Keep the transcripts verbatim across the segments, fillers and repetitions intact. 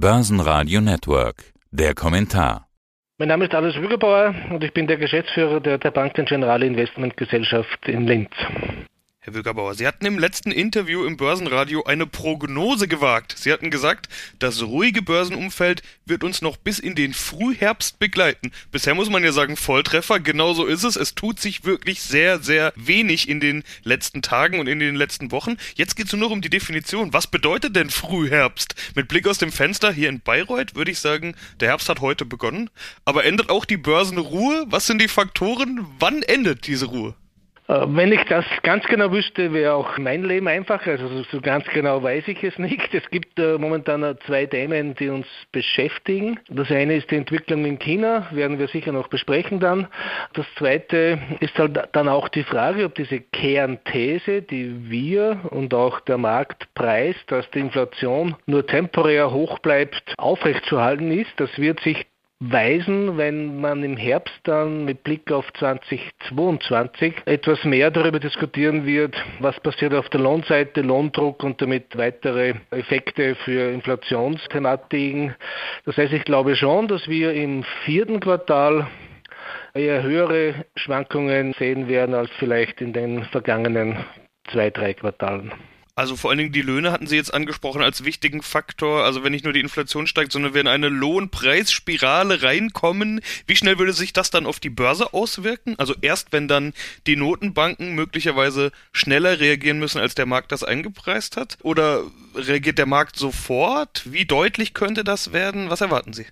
Börsenradio Network. Der Kommentar. Mein Name ist Alois Wügerbauer und ich bin der Geschäftsführer der, der Banken Generale Investment Gesellschaft in Linz. Herr Wügerbauer, Sie hatten im letzten Interview im Börsenradio eine Prognose gewagt. Sie hatten gesagt, das ruhige Börsenumfeld wird uns noch bis in den Frühherbst begleiten. Bisher muss man ja sagen, Volltreffer, genau so ist es. Es tut sich wirklich sehr, sehr wenig in den letzten Tagen und in den letzten Wochen. Jetzt geht es nur noch um die Definition. Was bedeutet denn Frühherbst? Mit Blick aus dem Fenster hier in Bayreuth würde ich sagen, der Herbst hat heute begonnen. Aber endet auch die Börsenruhe? Was sind die Faktoren? Wann endet diese Ruhe? Wenn ich das ganz genau wüsste, wäre auch mein Leben einfach. Also so ganz genau weiß ich es nicht. Es gibt äh, momentan zwei Themen, die uns beschäftigen. Das eine ist die Entwicklung in China, werden wir sicher noch besprechen dann. Das zweite ist halt dann auch die Frage, ob diese Kernthese, die wir und auch der Markt preist, dass die Inflation nur temporär hoch bleibt, aufrechtzuerhalten ist. Das wird sich weisen, wenn man im Herbst dann mit Blick auf zweitausendzweiundzwanzig etwas mehr darüber diskutieren wird, was passiert auf der Lohnseite, Lohndruck und damit weitere Effekte für Inflationsthematiken. Das heißt, ich glaube schon, dass wir im vierten Quartal eher höhere Schwankungen sehen werden als vielleicht in den vergangenen zwei, drei Quartalen. Also vor allen Dingen die Löhne hatten Sie jetzt angesprochen als wichtigen Faktor. Also wenn nicht nur die Inflation steigt, sondern wir in eine Lohnpreisspirale reinkommen. Wie schnell würde sich das dann auf die Börse auswirken? Also erst wenn dann die Notenbanken möglicherweise schneller reagieren müssen, als der Markt das eingepreist hat? Oder reagiert der Markt sofort? Wie deutlich könnte das werden? Was erwarten Sie?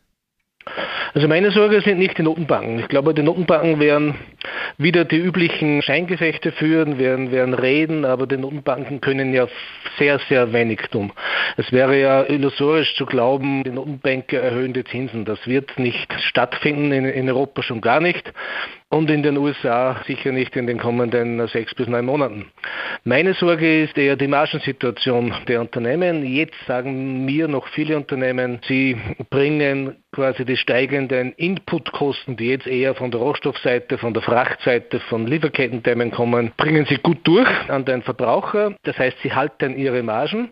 Also meine Sorge sind nicht die Notenbanken. Ich glaube, die Notenbanken werden wieder die üblichen Scheingefechte führen, werden, werden reden, aber die Notenbanken können ja sehr, sehr wenig tun. Es wäre ja illusorisch zu glauben, die Notenbanker erhöhen die Zinsen. Das wird nicht stattfinden, in, in Europa schon gar nicht. Und in den U S A sicher nicht in den kommenden sechs bis neun Monaten. Meine Sorge ist eher die Margensituation der Unternehmen. Jetzt sagen mir noch viele Unternehmen, sie bringen quasi die steigenden Inputkosten, die jetzt eher von der Rohstoffseite, von der Frachtseite, von Lieferkettenthemen kommen, bringen sie gut durch an den Verbraucher. Das heißt, sie halten ihre Margen.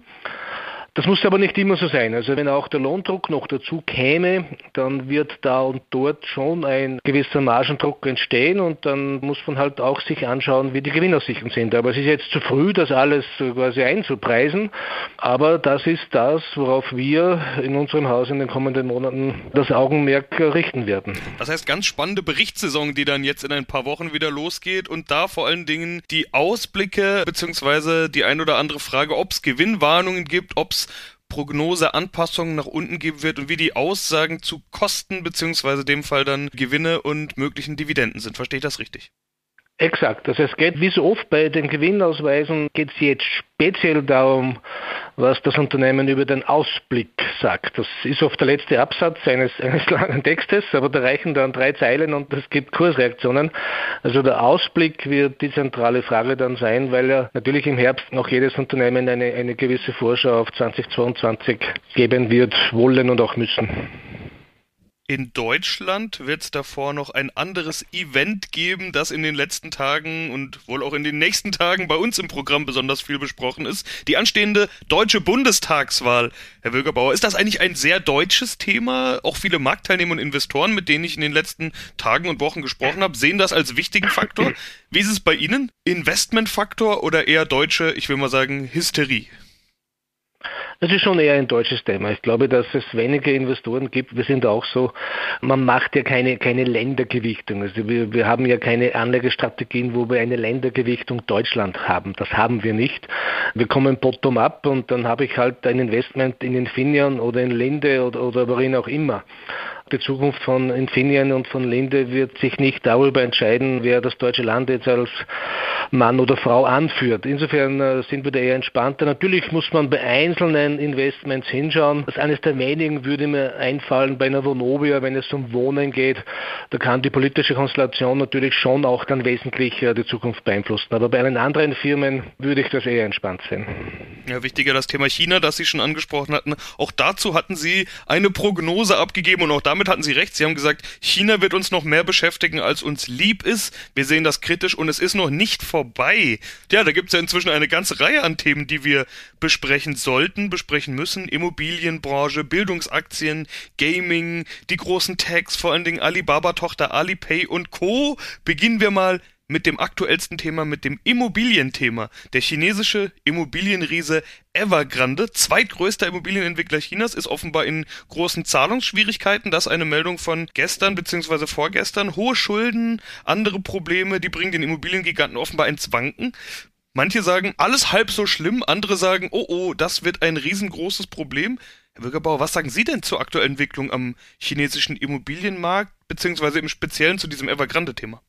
Das muss aber nicht immer so sein. Also wenn auch der Lohndruck noch dazu käme, dann wird da und dort schon ein gewisser Margendruck entstehen und dann muss man halt auch sich anschauen, wie die Gewinnaussichten sind. Aber es ist jetzt zu früh, das alles quasi einzupreisen. Aber das ist das, worauf wir in unserem Haus in den kommenden Monaten das Augenmerk richten werden. Das heißt, ganz spannende Berichtssaison, die dann jetzt in ein paar Wochen wieder losgeht und da vor allen Dingen die Ausblicke beziehungsweise die ein oder andere Frage, ob es Gewinnwarnungen gibt, ob es Prognoseanpassungen nach unten geben wird und wie die Aussagen zu Kosten beziehungsweise dem Fall dann Gewinne und möglichen Dividenden sind. Verstehe ich das richtig? Exakt. Also es geht, wie so oft bei den Gewinnausweisen, geht es jetzt speziell darum, was das Unternehmen über den Ausblick sagt. Das ist oft der letzte Absatz eines, eines langen Textes, aber da reichen dann drei Zeilen und es gibt Kursreaktionen. Also der Ausblick wird die zentrale Frage dann sein, weil ja natürlich im Herbst noch jedes Unternehmen eine, eine gewisse Vorschau auf zweitausendzweiundzwanzig geben wird, wollen und auch müssen. In Deutschland wird es davor noch ein anderes Event geben, das in den letzten Tagen und wohl auch in den nächsten Tagen bei uns im Programm besonders viel besprochen ist. Die anstehende deutsche Bundestagswahl. Herr Wügerbauer, ist das eigentlich ein sehr deutsches Thema? Auch viele Marktteilnehmer und Investoren, mit denen ich in den letzten Tagen und Wochen gesprochen habe, sehen das als wichtigen Faktor. Wie ist es bei Ihnen? Investmentfaktor oder eher deutsche, ich will mal sagen, Hysterie? Das ist schon eher ein deutsches Thema. Ich glaube, dass es weniger Investoren gibt. Wir sind auch so, man macht ja keine, keine Ländergewichtung. Also wir, wir haben ja keine Anlagestrategien, wo wir eine Ländergewichtung Deutschland haben. Das haben wir nicht. Wir kommen bottom-up und dann habe ich halt ein Investment in Infineon oder in Linde oder, oder worin auch immer. Die Zukunft von Infineon und von Linde wird sich nicht darüber entscheiden, wer das deutsche Land jetzt als Mann oder Frau anführt. Insofern äh, sind wir da eher entspannter. Natürlich muss man bei einzelnen Investments hinschauen. Das eines der wenigen würde mir einfallen bei einer Vonovia, wenn es um Wohnen geht. Da kann die politische Konstellation natürlich schon auch dann wesentlich äh, die Zukunft beeinflussen. Aber bei allen anderen Firmen würde ich das eher entspannt sehen. Ja, wichtiger das Thema China, das Sie schon angesprochen hatten. Auch dazu hatten Sie eine Prognose abgegeben und auch damit damit hatten Sie recht. Sie haben gesagt, China wird uns noch mehr beschäftigen, als uns lieb ist. Wir sehen das kritisch und es ist noch nicht vorbei. Ja, da gibt es ja inzwischen eine ganze Reihe an Themen, die wir besprechen sollten, besprechen müssen. Immobilienbranche, Bildungsaktien, Gaming, die großen Techs, vor allen Dingen Alibaba-Tochter Alipay und Co. Beginnen wir mal mit dem aktuellsten Thema, mit dem Immobilienthema. Der chinesische Immobilienriese Evergrande, zweitgrößter Immobilienentwickler Chinas, ist offenbar in großen Zahlungsschwierigkeiten. Das ist eine Meldung von gestern bzw. vorgestern. Hohe Schulden, andere Probleme, die bringen den Immobiliengiganten offenbar ins Wanken. Manche sagen, alles halb so schlimm, andere sagen, oh oh, das wird ein riesengroßes Problem. Herr Bürgerbauer, was sagen Sie denn zur aktuellen Entwicklung am chinesischen Immobilienmarkt, beziehungsweise im Speziellen zu diesem Evergrande-Thema?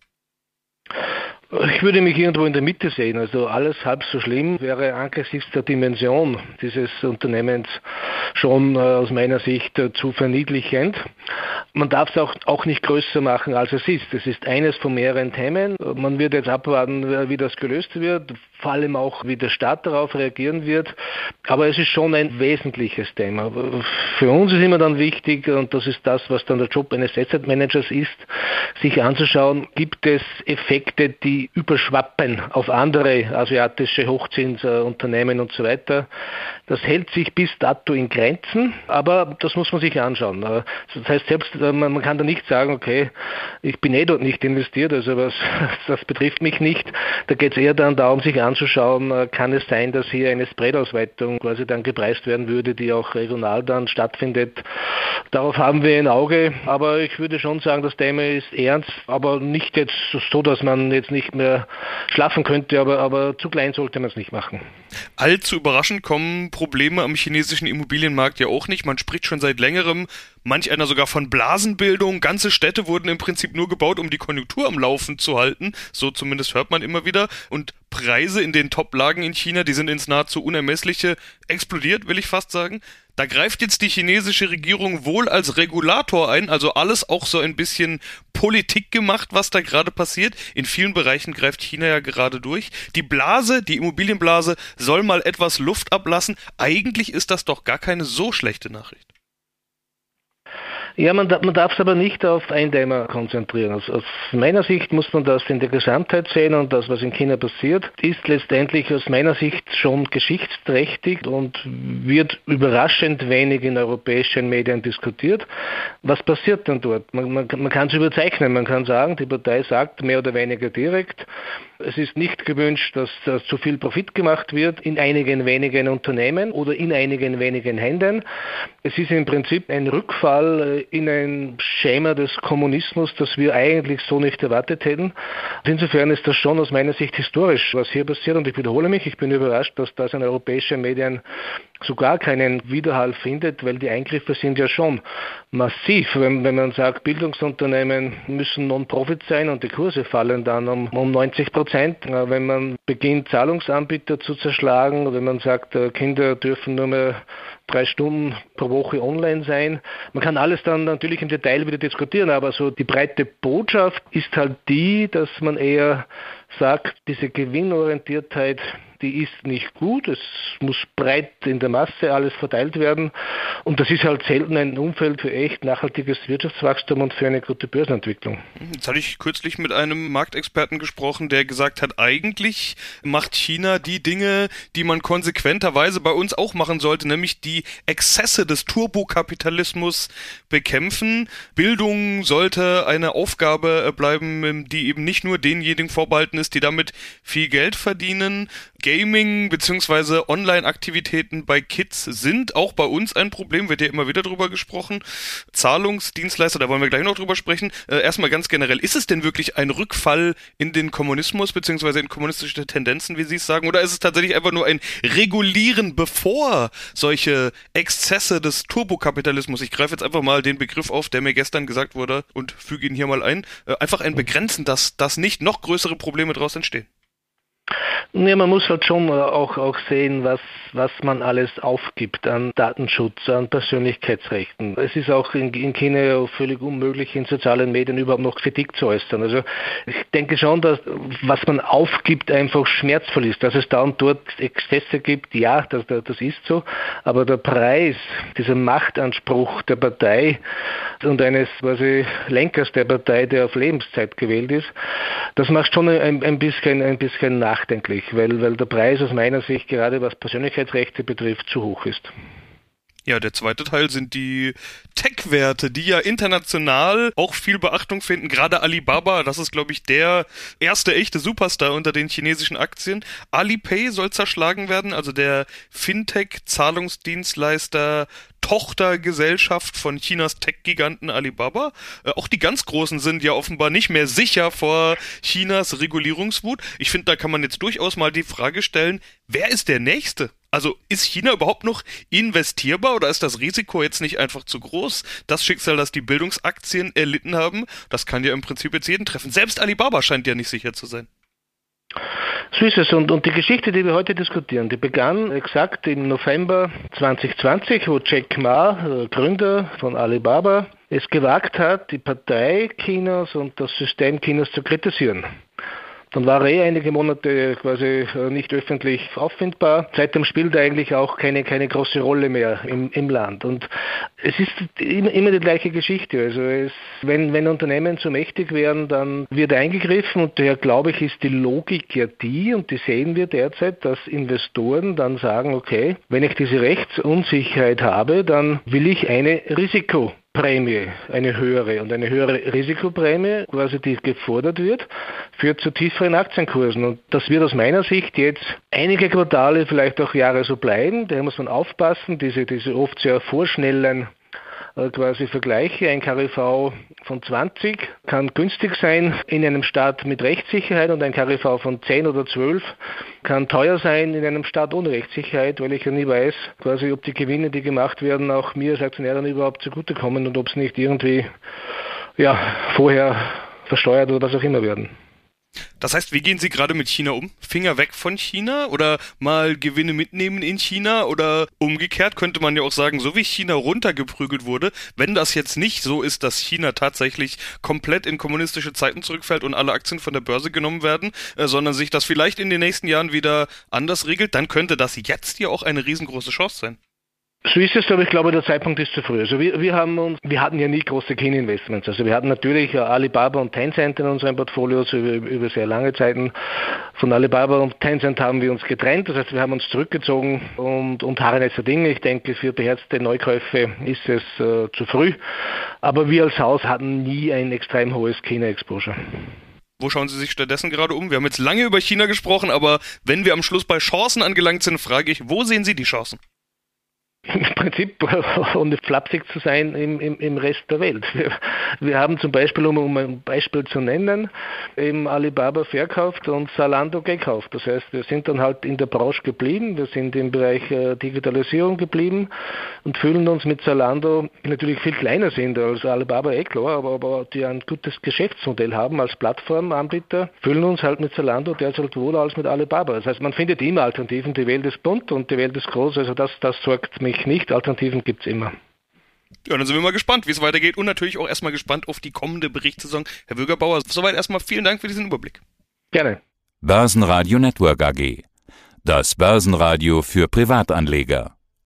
Ich würde mich irgendwo in der Mitte sehen. Also alles halb so schlimm wäre angesichts der Dimension dieses Unternehmens schon äh, aus meiner Sicht äh, zu verniedlichend. Man darf es auch, auch nicht größer machen, als es ist. Es ist eines von mehreren Themen. Man wird jetzt abwarten, wie das gelöst wird, vor allem auch, wie der Staat darauf reagieren wird. Aber es ist schon ein wesentliches Thema. Für uns ist immer dann wichtig, und das ist das, was dann der Job eines Asset Managers ist, sich anzuschauen, gibt es Effekte, die überschwappen auf andere asiatische Hochzinsunternehmen und so weiter. Das hält sich bis dato in Grenzen, aber das muss man sich anschauen. Das heißt, selbst man kann da nicht sagen, okay, ich bin eh dort nicht investiert, also was, das betrifft mich nicht. Da geht es eher dann darum, sich anzuschauen, kann es sein, dass hier eine Spreadausweitung quasi dann gepreist werden würde, die auch regional dann stattfindet. Darauf haben wir ein Auge, aber ich würde schon sagen, das Thema ist ernst, aber nicht jetzt so, dass man jetzt nicht mehr schlafen könnte, aber, aber zu klein sollte man es nicht machen. Allzu überraschend kommen Probleme am chinesischen Immobilienmarkt ja auch nicht. Man spricht schon seit längerem, manch einer sogar von Blasenbildung. Ganze Städte wurden im Prinzip nur gebaut, um die Konjunktur am Laufen zu halten. So zumindest hört man immer wieder. Und Preise in den Top-Lagen in China, die sind ins nahezu Unermessliche explodiert, will ich fast sagen. Da greift jetzt die chinesische Regierung wohl als Regulator ein, also alles auch so ein bisschen Politik gemacht, was da gerade passiert. In vielen Bereichen greift China ja gerade durch. Die Blase, die Immobilienblase, soll mal etwas Luft ablassen. Eigentlich ist das doch gar keine so schlechte Nachricht. Ja, man, man darf es aber nicht auf ein Thema konzentrieren. Also aus meiner Sicht muss man das in der Gesamtheit sehen, und das, was in China passiert, ist letztendlich aus meiner Sicht schon geschichtsträchtig und wird überraschend wenig in europäischen Medien diskutiert. Was passiert denn dort? Man, man, man kann es überzeichnen, man kann sagen, die Partei sagt mehr oder weniger direkt, es ist nicht gewünscht, dass, dass zu viel Profit gemacht wird in einigen wenigen Unternehmen oder in einigen wenigen Händen. Es ist im Prinzip ein Rückfall in ein Schema des Kommunismus, das wir eigentlich so nicht erwartet hätten. Insofern ist das schon aus meiner Sicht historisch, was hier passiert. Und ich wiederhole mich, ich bin überrascht, dass das in europäischen Medien sogar keinen Widerhall findet, weil die Eingriffe sind ja schon massiv. Wenn, wenn man sagt, Bildungsunternehmen müssen Non-Profit sein und die Kurse fallen dann um, um neunzig Prozent. Wenn man beginnt, Zahlungsanbieter zu zerschlagen, wenn man sagt, Kinder dürfen nur mehr drei Stunden pro Woche online sein. Man kann alles dann natürlich im Detail wieder diskutieren, aber so die breite Botschaft ist halt die, dass man eher sagt, diese Gewinnorientiertheit, die ist nicht gut. Es muss breit in der Masse alles verteilt werden. Und das ist halt selten ein Umfeld für echt nachhaltiges Wirtschaftswachstum und für eine gute Börsenentwicklung. Jetzt hatte ich kürzlich mit einem Marktexperten gesprochen, der gesagt hat, eigentlich macht China die Dinge, die man konsequenterweise bei uns auch machen sollte, nämlich die Exzesse des Turbokapitalismus bekämpfen. Bildung sollte eine Aufgabe bleiben, die eben nicht nur denjenigen vorbehalten ist, die damit viel Geld verdienen. Gaming bzw. Online-Aktivitäten bei Kids sind auch bei uns ein Problem, wird ja immer wieder drüber gesprochen. Zahlungsdienstleister, da wollen wir gleich noch drüber sprechen. Äh, erstmal ganz generell, ist es denn wirklich ein Rückfall in den Kommunismus bzw. in kommunistische Tendenzen, wie Sie es sagen, oder ist es tatsächlich einfach nur ein Regulieren, bevor solche Exzesse des Turbokapitalismus, ich greife jetzt einfach mal den Begriff auf, der mir gestern gesagt wurde und füge ihn hier mal ein, äh, einfach ein Begrenzen, dass, dass nicht noch größere Probleme daraus entstehen? Ja, man muss halt schon auch, auch sehen, was, was man alles aufgibt an Datenschutz, an Persönlichkeitsrechten. Es ist auch in, in China völlig unmöglich, in sozialen Medien überhaupt noch Kritik zu äußern. Also ich denke schon, dass was man aufgibt, einfach schmerzvoll ist. Dass es da und dort Exzesse gibt, ja, das, das ist so. Aber der Preis, dieser Machtanspruch der Partei und eines quasi Lenkers der Partei, der auf Lebenszeit gewählt ist, das macht schon ein, ein bisschen, ein bisschen nachdenklich, weil, weil der Preis aus meiner Sicht, gerade was Persönlichkeitsrechte betrifft, zu hoch ist. Ja, der zweite Teil sind die Tech-Werte, die ja international auch viel Beachtung finden. Gerade Alibaba, das ist, glaube ich, der erste echte Superstar unter den chinesischen Aktien. Alipay soll zerschlagen werden, also der Fintech-Zahlungsdienstleister Tochtergesellschaft von Chinas Tech-Giganten Alibaba. Äh, auch die ganz Großen sind ja offenbar nicht mehr sicher vor Chinas Regulierungswut. Ich finde, da kann man jetzt durchaus mal die Frage stellen, wer ist der Nächste? Also ist China überhaupt noch investierbar oder ist das Risiko jetzt nicht einfach zu groß? Das Schicksal, das die Bildungsaktien erlitten haben, das kann ja im Prinzip jetzt jeden treffen. Selbst Alibaba scheint ja nicht sicher zu sein. So ist es. Und, und die Geschichte, die wir heute diskutieren, die begann exakt im November zwanzig zwanzig, wo Jack Ma, Gründer von Alibaba, es gewagt hat, die Partei Chinas und das System Chinas zu kritisieren. Dann war er eh einige Monate quasi nicht öffentlich auffindbar. Seitdem spielt er eigentlich auch keine, keine große Rolle mehr im, im Land. Und es ist immer, immer die gleiche Geschichte. Also es, wenn, wenn Unternehmen zu mächtig werden, dann wird eingegriffen und daher glaube ich, ist die Logik ja die, und die sehen wir derzeit, dass Investoren dann sagen, okay, wenn ich diese Rechtsunsicherheit habe, dann will ich eine Risiko Prämie, eine höhere. Und eine höhere Risikoprämie, quasi die gefordert wird, führt zu tieferen Aktienkursen. Und das wird aus meiner Sicht jetzt einige Quartale, vielleicht auch Jahre so bleiben. Da muss man aufpassen, diese, diese oft sehr vorschnellen quasi Vergleiche. Ein K W V von zwanzig kann günstig sein in einem Staat mit Rechtssicherheit und ein K W V von zehn oder zwölf kann teuer sein in einem Staat ohne Rechtssicherheit, weil ich ja nie weiß, quasi ob die Gewinne, die gemacht werden, auch mir als Aktionär dann überhaupt zugutekommen und ob es nicht irgendwie ja, vorher versteuert oder was auch immer werden. Das heißt, wie gehen Sie gerade mit China um? Finger weg von China oder mal Gewinne mitnehmen in China oder umgekehrt könnte man ja auch sagen, so wie China runtergeprügelt wurde, wenn das jetzt nicht so ist, dass China tatsächlich komplett in kommunistische Zeiten zurückfällt und alle Aktien von der Börse genommen werden, äh, sondern sich das vielleicht in den nächsten Jahren wieder anders regelt, dann könnte das jetzt ja auch eine riesengroße Chance sein. So ist es, aber ich glaube, der Zeitpunkt ist zu früh. Also wir, wir haben uns, wir hatten ja nie große China-Investments. Also wir hatten natürlich Alibaba und Tencent in unseren Portfolios über, über sehr lange Zeiten. Von Alibaba und Tencent haben wir uns getrennt. Das heißt, wir haben uns zurückgezogen und, und harren jetzt der Dinge. Ich denke, für beherzte Neukäufe ist es äh, zu früh. Aber wir als Haus hatten nie ein extrem hohes China-Exposure. Wo schauen Sie sich stattdessen gerade um? Wir haben jetzt lange über China gesprochen, aber wenn wir am Schluss bei Chancen angelangt sind, frage ich, wo sehen Sie die Chancen? Im Prinzip, ohne flapsig zu sein, im, im, im Rest der Welt. Wir, wir haben zum Beispiel, um, um ein Beispiel zu nennen, eben Alibaba verkauft und Zalando gekauft. Das heißt, wir sind dann halt in der Branche geblieben, wir sind im Bereich äh, Digitalisierung geblieben und fühlen uns mit Zalando, die natürlich viel kleiner sind als Alibaba, eh klar, aber, aber die ein gutes Geschäftsmodell haben als Plattformanbieter, fühlen uns halt mit Zalando derzeit wohler als mit Alibaba. Das heißt, man findet immer Alternativen, die Welt ist bunt und die Welt ist groß, also das, das sorgt mich nicht. Alternativen gibt es immer. Ja, dann sind wir mal gespannt, wie es weitergeht und natürlich auch erstmal gespannt auf die kommende Berichtssaison. Herr Wögerbauer, soweit erstmal vielen Dank für diesen Überblick. Gerne. Börsenradio Network A G. Das Börsenradio für Privatanleger.